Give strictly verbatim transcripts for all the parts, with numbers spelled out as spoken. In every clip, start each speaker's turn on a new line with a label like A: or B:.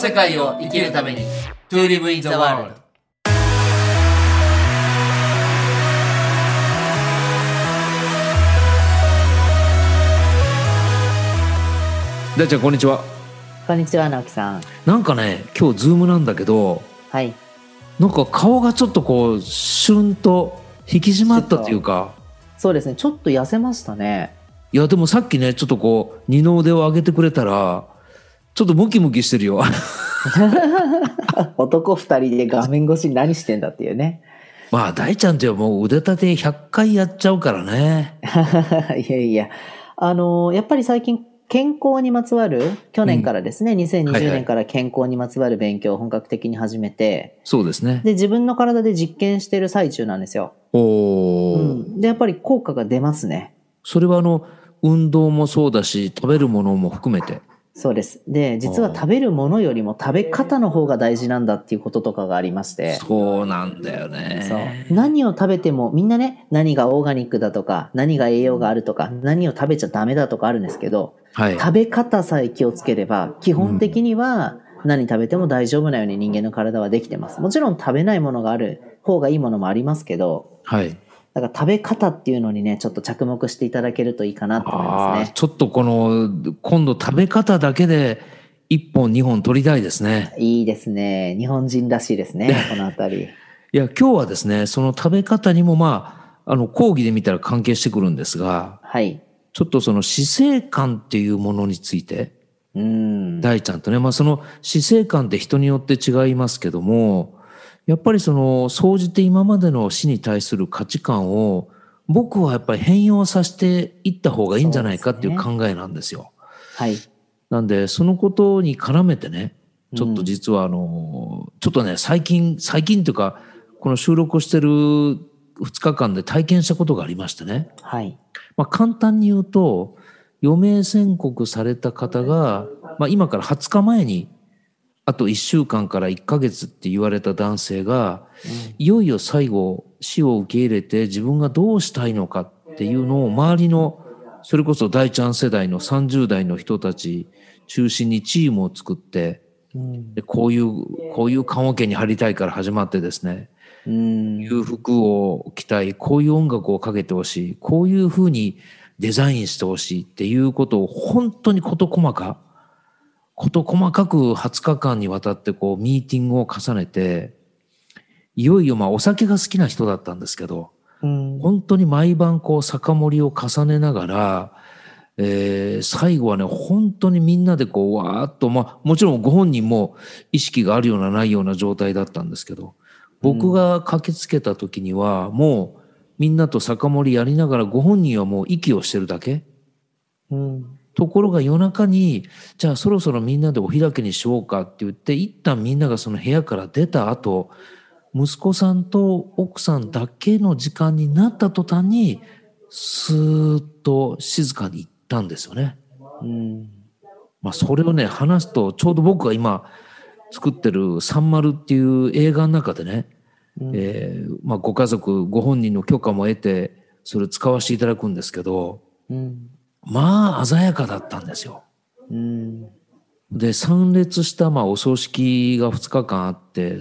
A: 世界を生きるために To live in the world。
B: 大ちゃんこんにちは。
C: こんにちは直樹さん。
B: なんかね今日ズームなんだけど、
C: はい。
B: なんか顔がちょっとこうシュンと引き締まったというか。
C: そうですね、ちょっと痩せましたね。
B: いやでもさっきねちょっとこう二の腕を上げてくれたらちょっとムキムキしてるよ
C: 男二人で画面越しに何してんだっていうね。
B: まあ大ちゃんってもう腕立てひゃっかいやっちゃうからね
C: いやいや、あのやっぱり最近健康にまつわる、去年からですね、うん、にせんにじゅうねんから健康にまつわる勉強を本格的に始めて、
B: そうですね。
C: で自分の体で実験してる最中なんですよ。
B: おー、
C: うん、でやっぱり効果が出ますね。
B: それはあの運動もそうだし食べるものも含めて。
C: そうです。で実は食べるものよりも食べ方の方が大事なんだっていうこととかがありまして。
B: そうなんだよね。
C: そう、何を食べてもみんなね、何がオーガニックだとか何が栄養があるとか何を食べちゃダメだとかあるんですけど、はい、食べ方さえ気をつければ基本的には何食べても大丈夫なように人間の体はできてます。もちろん食べないものがある方がいいものもありますけど、はい、だから食べ方っていうのにねちょっと着目していただけるといいかなと思いますね。
B: ちょっとこの今度食べ方だけでいっぽんにほん取りたいですね。
C: いいですね。日本人らしいですねこのあたり。
B: いや今日はですねその食べ方にもまああの講義で見たら関係してくるんですが、はい、ちょっとその死生観っていうものについて、うん、大ちゃんとね、まあその死生観って人によって違いますけども、やっぱりその総じて今までの死に対する価値観を僕はやっぱり変容させていった方がいいんじゃないかっていう考えなんですよ。はい。なんでそのことに絡めてね、ちょっと実はあの、うん、ちょっとね最近最近というかこの収録をしてるふつかかんで体験したことがありましてね。はい。まあ簡単に言うと余命宣告された方が、まあ、今からはつかまえにあといっしゅうかんからいっかげつって言われた男性が、うん、いよいよ最後死を受け入れて自分がどうしたいのかっていうのを周りのそれこそ大ちゃん世代のさんじゅう代の人たち中心にチームを作って、うん、でこういうこういう棺桶に入りたいから始まってですね、うん、いう服を着たい、こういう音楽をかけてほしい、こういうふうにデザインしてほしいっていうことを本当に事細か事細かくはつかかんにわたってこうミーティングを重ねて、いよいよまあお酒が好きな人だったんですけど、うん、本当に毎晩こう酒盛りを重ねながら、えー、最後はね本当にみんなでこうわーっと、まあもちろんご本人も意識があるようなないような状態だったんですけど、僕が駆けつけた時にはもうみんなと酒盛りやりながらご本人はもう息をしてるだけ、うん、ところが夜中にじゃあそろそろみんなでお開きにしようかって言って一旦みんながその部屋から出た後、息子さんと奥さんだけの時間になった途端にスーッと静かに行ったんですよね。うん、まあそれをね話すとちょうど僕が今作ってるサンマルっていう映画の中でね、うんえーまあ、ご家族ご本人の許可も得てそれを使わせていただくんですけど、うん、まあ鮮やかだったんですよ。うん、で参列したまあお葬式がふつかかんあって、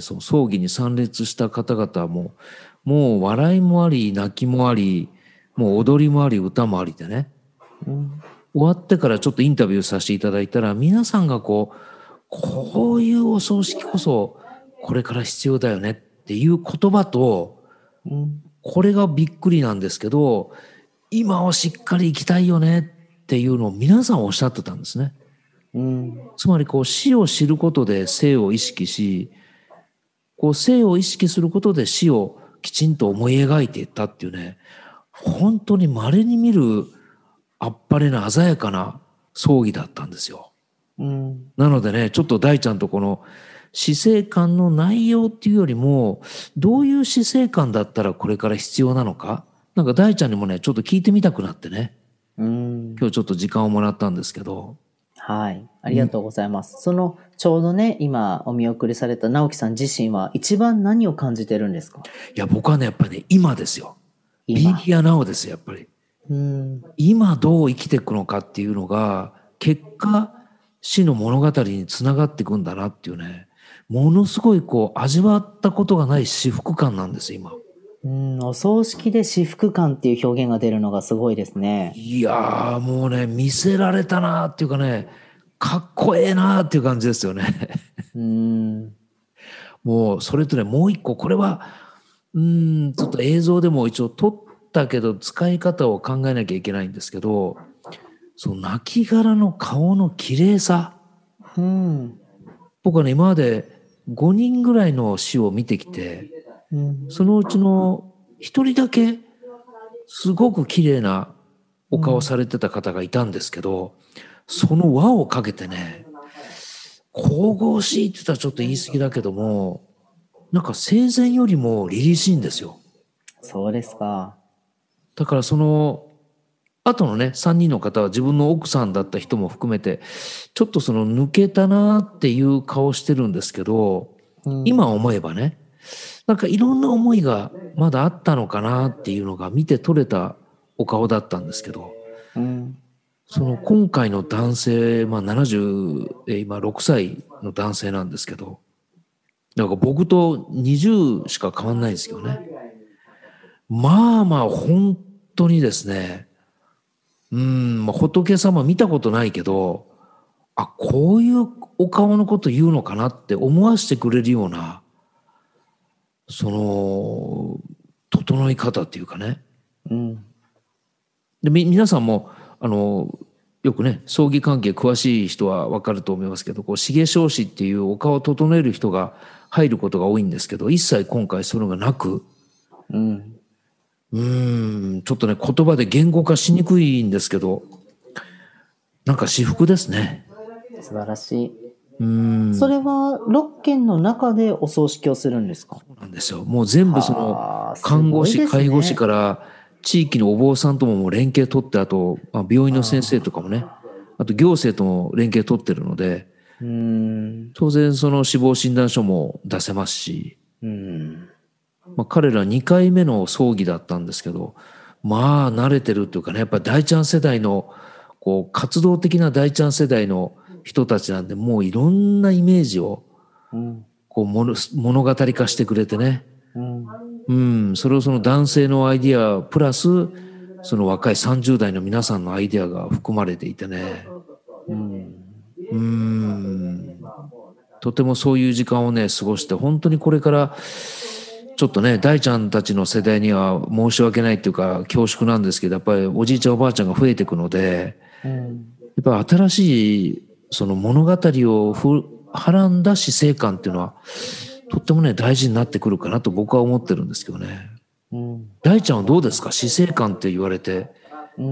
B: その葬儀に参列した方々はもうもう笑いもあり泣きもありもう踊りもあり歌もありでね、うん、終わってからちょっとインタビューさせていただいたら皆さんがこうこういうお葬式こそこれから必要だよねっていう言葉と、うん、これがびっくりなんですけど今をしっかり生きたいよねっていうのを皆さんおっしゃってたんですね。うん、つまりこう死を知ることで生を意識し、こう生を意識することで死をきちんと思い描いていったっていうね、本当に稀に見るあっぱれな鮮やかな葬儀だったんですよ。うん、なのでねちょっと大ちゃんとこの死生観の内容っていうよりもどういう死生観だったらこれから必要なのか、なんか大ちゃんにもねちょっと聞いてみたくなってね、うん、今日ちょっと時間をもらったんですけど。
C: はい、ありがとうございます。うん、そのちょうどね今お見送りされた直樹さん自身は一番何を感じてるんですか？
B: いや僕はねやっぱりね今ですよ。ビーヒアナウですよやっぱり。うん、今どう生きていくのかっていうのが結果死の物語につながっていくんだなっていうね、ものすごいこう味わったことがない至福感なんです今。
C: うん、お葬式で至福感っていう表現が出るのがすごいですね。
B: いやーもうね、見せられたなっていうかね、かっこええなっていう感じですよね。
C: うん。
B: もうそれとね、もう一個、これはうんちょっと映像でも一応撮ったけど使い方を考えなきゃいけないんですけど、その亡骸の顔の綺麗さ、うん、僕はね今までごにんぐらいの死を見てきて、うん、そのうちのひとりだけすごく綺麗なお顔されてた方がいたんですけど、うん、その輪をかけてね、神々しいって言ったらちょっと言い過ぎだけども、なんか生前よりも凛々しいんですよ。
C: そうですか。
B: だからその後のねさんにんの方は自分の奥さんだった人も含めてちょっとその抜けたなっていう顔してるんですけど、うん、今思えばね、なんかいろんな思いがまだあったのかなっていうのが見て取れたお顔だったんですけど、うん、その今回の男性、まあ、ななじゅう今ろくさいの男性なんですけど、なんか僕とにじゅうしか変わんないんですけどね、まあまあ本当にですね、うん、まあ、仏様見たことないけど、あ、こういうお顔のこと言うのかなって思わせてくれるような、その、整い方っていうかね。うん。で、み、皆さんも、あの、よくね、葬儀関係詳しい人はわかると思いますけど、こう、重生師っていうお顔を整える人が入ることが多いんですけど、一切今回そういうのがなく、うん。うーんちょっとね言葉で言語化しにくいんですけど、なんか至福ですね。
C: 素晴らしい。うーんそれはろっけんの中でお葬式をするんですか？
B: そうなんですよ。もう全部その看護師、ね、介護士から地域のお坊さんとももう連携取って、あと、まあ、病院の先生とかもね、あと行政とも連携取ってるので、うーん当然その死亡診断書も出せますし、うーんまあ、彼らにかいめの葬儀だったんですけど、まあ慣れてるっていうかね、やっぱり大ちゃん世代のこう活動的な大ちゃん世代の人たちなんで、もういろんなイメージをこう物語化してくれてね、うんうん、それをその男性のアイディアプラスその若いさんじゅう代の皆さんのアイディアが含まれていてね、うん、うーんとてもそういう時間をね過ごして、本当にこれからちょっとね大ちゃんたちの世代には申し訳ないっていうか恐縮なんですけど、やっぱりおじいちゃんおばあちゃんが増えていくので、うん、やっぱ新しいその物語をふはらんだ死生観っていうのはとってもね大事になってくるかなと僕は思ってるんですけどね、うん、大ちゃんはどうですか、死生観って言われて。
C: うん、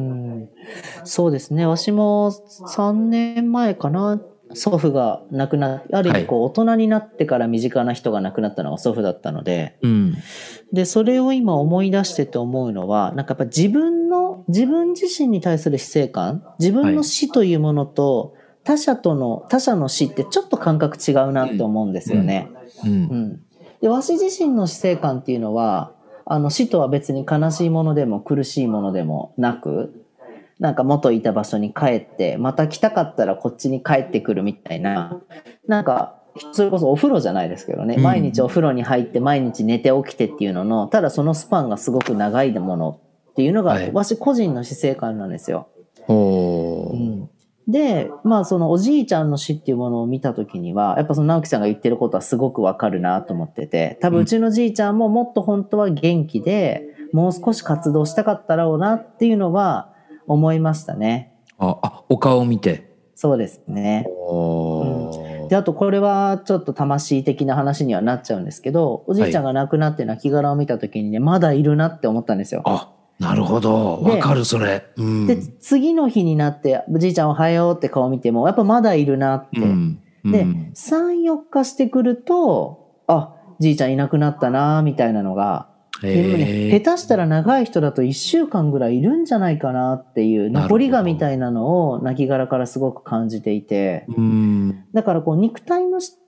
C: そうですね、私もさんねんまえかな、祖父が亡くなって、ある意味こう大人になってから身近な人が亡くなったのが祖父だったので、うん、でそれを今思い出してて思うのは、なんかやっぱ自分の自分自身に対する死生観、自分の死というものと他者との他者の死ってちょっと感覚違うなって思うんですよね。うんうんうん、で私自身の死生観っていうのは、あの死とは別に悲しいものでも苦しいものでもなく、なんか元いた場所に帰って、また来たかったらこっちに帰ってくるみたいな、なんか、それこそお風呂じゃないですけどね、毎日お風呂に入って毎日寝て起きてっていうのの、ただそのスパンがすごく長いものっていうのが、私個人の死生観なんですよ。はいうん、で、まあそのおじいちゃんの死っていうものを見たときには、やっぱその直樹さんが言ってることはすごくわかるなと思ってて、多分うちのじいちゃんももっと本当は元気で、もう少し活動したかったろうなっていうのは、思いましたね。
B: あ、あ、お顔を見て。
C: そうですね。うん、で、あとこれはちょっと魂的な話にはなっちゃうんですけど、おじいちゃんが亡くなって亡骸を見た時にね、まだいるなって思ったんですよ。
B: あ、なるほど。わかる、それ、
C: うん。で、次の日になって、おじいちゃんおはようって顔見ても、やっぱまだいるなって。うんうん、で、さん、よっかしてくると、あ、じいちゃんいなくなったなみたいなのが、でもね、下手したら長い人だといっしゅうかんぐらいいるんじゃないかなっていう残りがみたいなのを亡骸からすごく感じていて、うんだからこう肉体の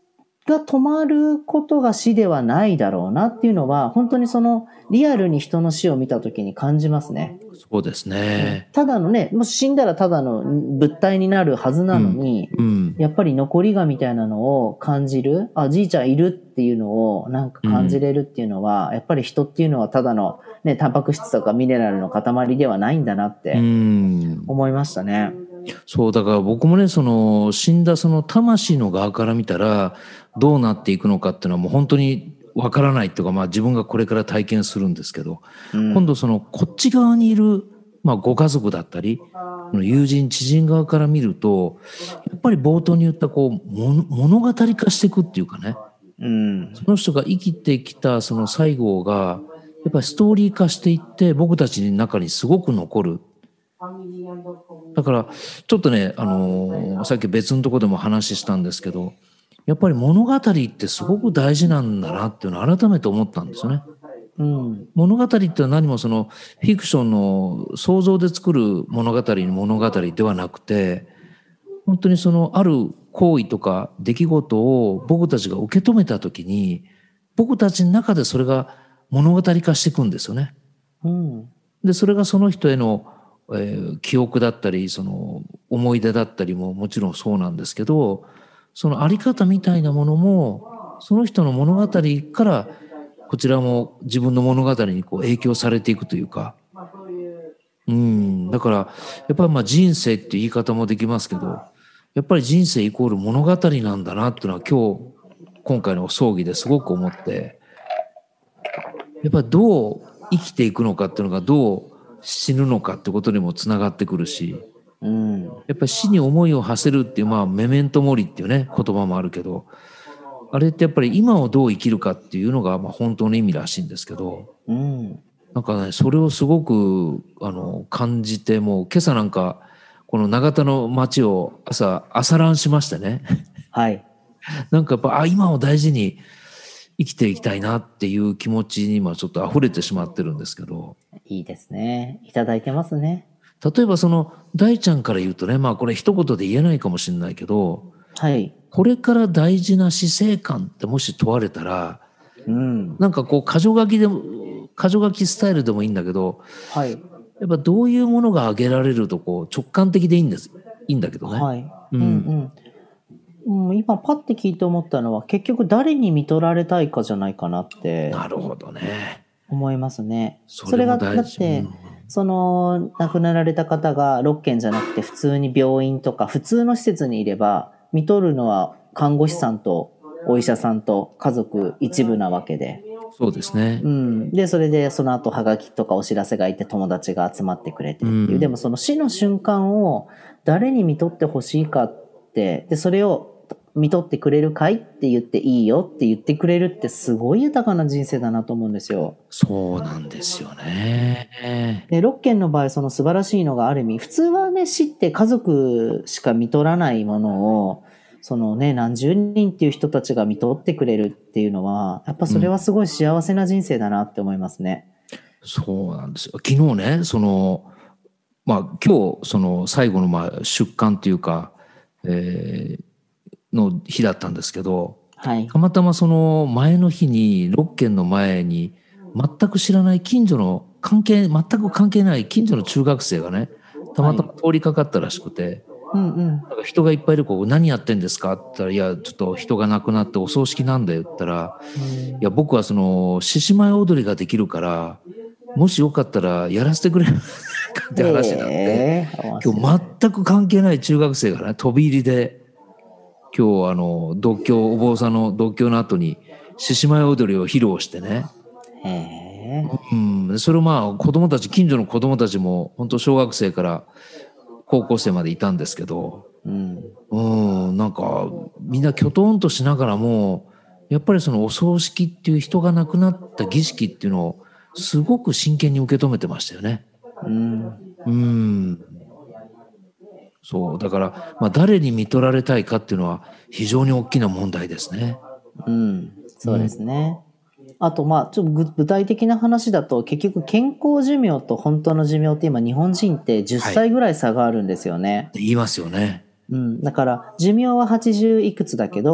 C: が止まることが死ではないだろうなっていうのは、本当にそのリアルに人の死を見たときに感じますね。
B: そうですね。
C: ただのね、もし死んだらただの物体になるはずなのに、うんうん、やっぱり残りがみたいなのを感じる、あ、じいちゃんいるっていうのをなんか感じれるっていうのは、うん、やっぱり人っていうのはただのね、タンパク質とかミネラルの塊ではないんだなって思いましたね。
B: うんそう、だから僕もね、その死んだその魂の側から見たらどうなっていくのかっていうのはもう本当にわからないっていうか、まあ自分がこれから体験するんですけど、うん、今度そのこっち側にいる、まあご家族だったり、友人、知人側から見ると、やっぱり冒頭に言ったこう、物語化していくっていうかね、うん、その人が生きてきたその最後が、やっぱりストーリー化していって僕たちの中にすごく残る。だからちょっとね、あのー、さっき別のところでも話したんですけど、やっぱり物語ってすごく大事なんだなっていうのを改めて思ったんですよね。うん、物語ってのは何もそのフィクションの想像で作る物語の物語ではなくて、本当にそのある行為とか出来事を僕たちが受け止めた時に、僕たちの中でそれが物語化していくんですよね。うん、でそれがその人へのえー、記憶だったりその思い出だったりももちろんそうなんですけど、そのあり方みたいなものもその人の物語からこちらも自分の物語にこう影響されていくというか、うん、だからやっぱりまあ人生っていう言い方もできますけど、やっぱり人生イコール物語なんだなっていうのは今日今回の葬儀ですごく思って、やっぱりどう生きていくのかっていうのがどう死ぬのかってことにもつながってくるし、うん、やっぱり死に思いを馳せるっていう、まあメメントモリっていうね言葉もあるけど、あれってやっぱり今をどう生きるかっていうのがまあ本当の意味らしいんですけど、うん、なんかねそれをすごくあの感じて、もう今朝なんかこの長田の街を朝朝ランしましてね、はい、なんかやっぱあ今を大事に生きていきたいなっていう気持ちに今ちょっと溢れてしまってるんですけど。
C: いいですね。いただいてますね。
B: 例えばその大ちゃんから言うとね、まあこれ一言で言えないかもしれないけど、はい、これから大事な死生観ってもし問われたら、うん、なんかこう箇条書きでも箇条書きスタイルでもいいんだけど、はい、やっぱどういうものが挙げられるとこう直感的でいいんですいいんだけどね。はい、うんうん
C: うん、今パッて聞いて思ったのは結局誰に見とられたいかじゃないかなって。
B: なるほどね。
C: 思いますね。それがだって、うん、その亡くなられた方がろっけんじゃなくて普通に病院とか普通の施設にいれば見とるのは看護師さんとお医者さんと家族一部なわけで。
B: そうですね。
C: うん。で、それでその後ハガキとかお知らせがいて友達が集まってくれてっていう。うん、でもその死の瞬間を誰に見とってほしいかって、で、それを見とってくれるかいって言っていいよって言ってくれるってすごい豊かな人生だなと思うんですよ。
B: そうなんですよね。
C: で、ろっけんの場合その素晴らしいのがある意味、普通はね、死って家族しか見とらないものを、そのね、何十人っていう人たちが見とってくれるっていうのは、やっぱそれはすごい幸せな人生だなって思いますね。
B: うん、そうなんですよ。昨日ね、その、まあ今日その最後のまあ出棺っていうか、えーの日だったんですけど、はい、たまたまその前の日にろっけんの前に全く知らない近所の関係全く関係ない近所の中学生がねたまたま通りかかったらしくて、はいうんうん、なんか人がいっぱいいる子何やってんですかって言ったら、いやちょっと人が亡くなってお葬式なんだよって言ったら、いや僕はその獅子舞踊りができるからもしよかったらやらせてくれるかって話になって、えー、今日全く関係ない中学生がね飛び入りで今日あの読経お坊さんの読経の後に獅子舞踊りを披露してね、へうん、それをまあ子供たち近所の子供たちも本当小学生から高校生までいたんですけど、うん、うんなんかみんなきょとんとしながらもやっぱりそのお葬式っていう人が亡くなった儀式っていうのをすごく真剣に受け止めてましたよね。うん、うんそうだから、まあ、誰に見とられたいかっていうのは非常に大きな問題ですね。
C: うん、そうですね。うん、あとまあちょっと具体的な話だと結局健康寿命と本当の寿命って今日本人ってじゅっさいぐらい差があるんですよね。
B: はい、言いますよね。
C: うん、だから寿命ははちじゅういくつだけど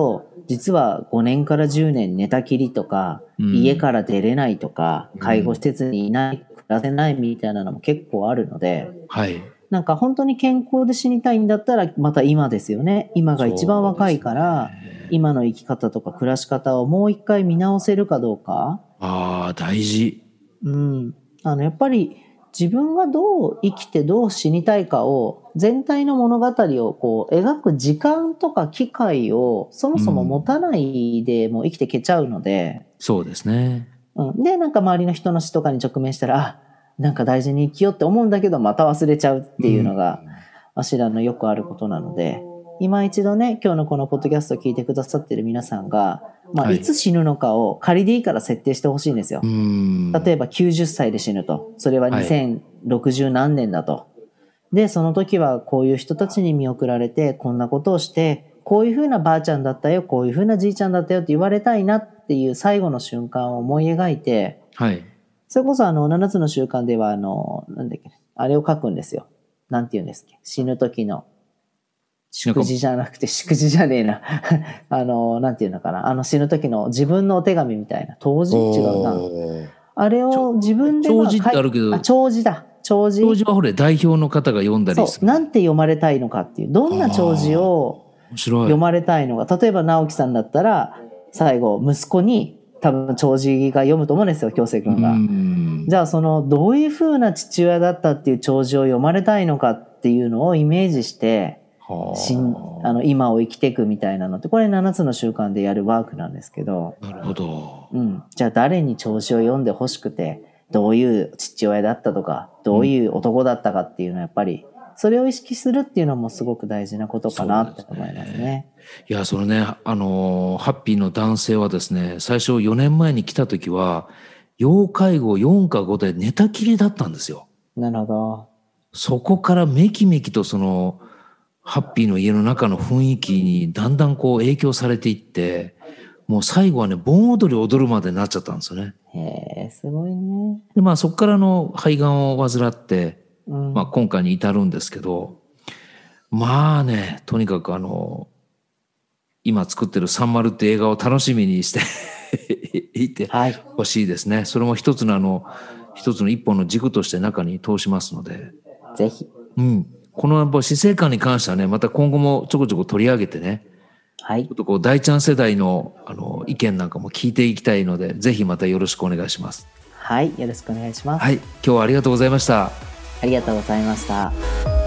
C: 実はごねんからじゅうねん寝たきりとか、うん、家から出れないとか、介護施設にいない、暮らせないみたいなのも結構あるので、
B: はい。
C: なんか本当に健康で死にたいんだったら、また今ですよね。今が一番若いから、ね、今の生き方とか暮らし方をもう一回見直せるかどうか。
B: ああ、大事。
C: うん。あの、やっぱり自分がどう生きてどう死にたいかを、全体の物語をこう描く時間とか機会をそもそも持たないでもう生きてけちゃうので。
B: うん、そうですね。
C: うん。で、なんか周りの人の死とかに直面したら、あ、なんか大事に生きようって思うんだけど、また忘れちゃうっていうのが、わしらのよくあることなので、今一度ね、今日のこのポッドキャストを聞いてくださってる皆さんが、まあ、いつ死ぬのかを仮でいいから設定してほしいんですよ。例えばきゅうじゅっさいで死ぬと。それはにせんろくじゅう何年だと。で、その時はこういう人たちに見送られて、こんなことをして、こういう風なばあちゃんだったよ、こういう風なじいちゃんだったよって言われたいなっていう最後の瞬間を思い描いて、
B: はい。
C: それこそあの、ななつの習慣ではあの、なんだっけ、あれを書くんですよ。なんて言うんですっけ。死ぬ時の、祝辞じゃなくて、祝辞じゃねえな。あの、なんて言うのかな。あの、死ぬ時の自分のお手紙みたいな。当時違うな。あれを自分では
B: 弔辞ってあるけど。
C: あ、弔辞だ。弔辞。
B: 弔辞はほれ、代表の方が読んだりする。
C: そう。なんて読まれたいのかっていう。どんな弔辞を読まれたいのか。例えば、直樹さんだったら、最後、息子に、多分、弔辞が読むと思うんですよ、京成君が。じゃあ、その、どういう風な父親だったっていう弔辞を読まれたいのかっていうのをイメージして、しんあの今を生きていくみたいなのって、これななつの習慣でやるワークなんですけど。
B: なるほど。
C: うん。じゃあ、誰に弔辞を読んでほしくて、どういう父親だったとか、どういう男だったかっていうのはやっぱり、それを意識するっていうのもすごく大事なことかなって思いますね。ね
B: いや、そのね、あの、ハッピーの男性はですね、最初よねんまえに来た時は、要介護よんかごで寝たきりだったんですよ。
C: なるほど。
B: そこからめきめきとその、ハッピーの家の中の雰囲気にだんだんこう影響されていって、もう最後はね、盆踊り踊るまでになっちゃったんですよね。
C: へえ、すごいね。
B: で、まあそこからの肺がんを患って、うん、まあ今回に至るんですけど、まあね、とにかくあの、今作ってるサンマルって映画を楽しみにしていてほしいですね。はい、それも一つのあの、一つの一本の軸として中に通しますので。
C: ぜひ。
B: うん。このやっぱ死生観に関してはね、また今後もちょこちょこ取り上げてね、
C: はい。
B: ちょっとこう大ちゃん世代のあの意見なんかも聞いていきたいので、ぜひまたよろしくお願いします。
C: はい、よろしくお願いします。
B: はい、今日はありがとうございました。
C: ありがとうございました。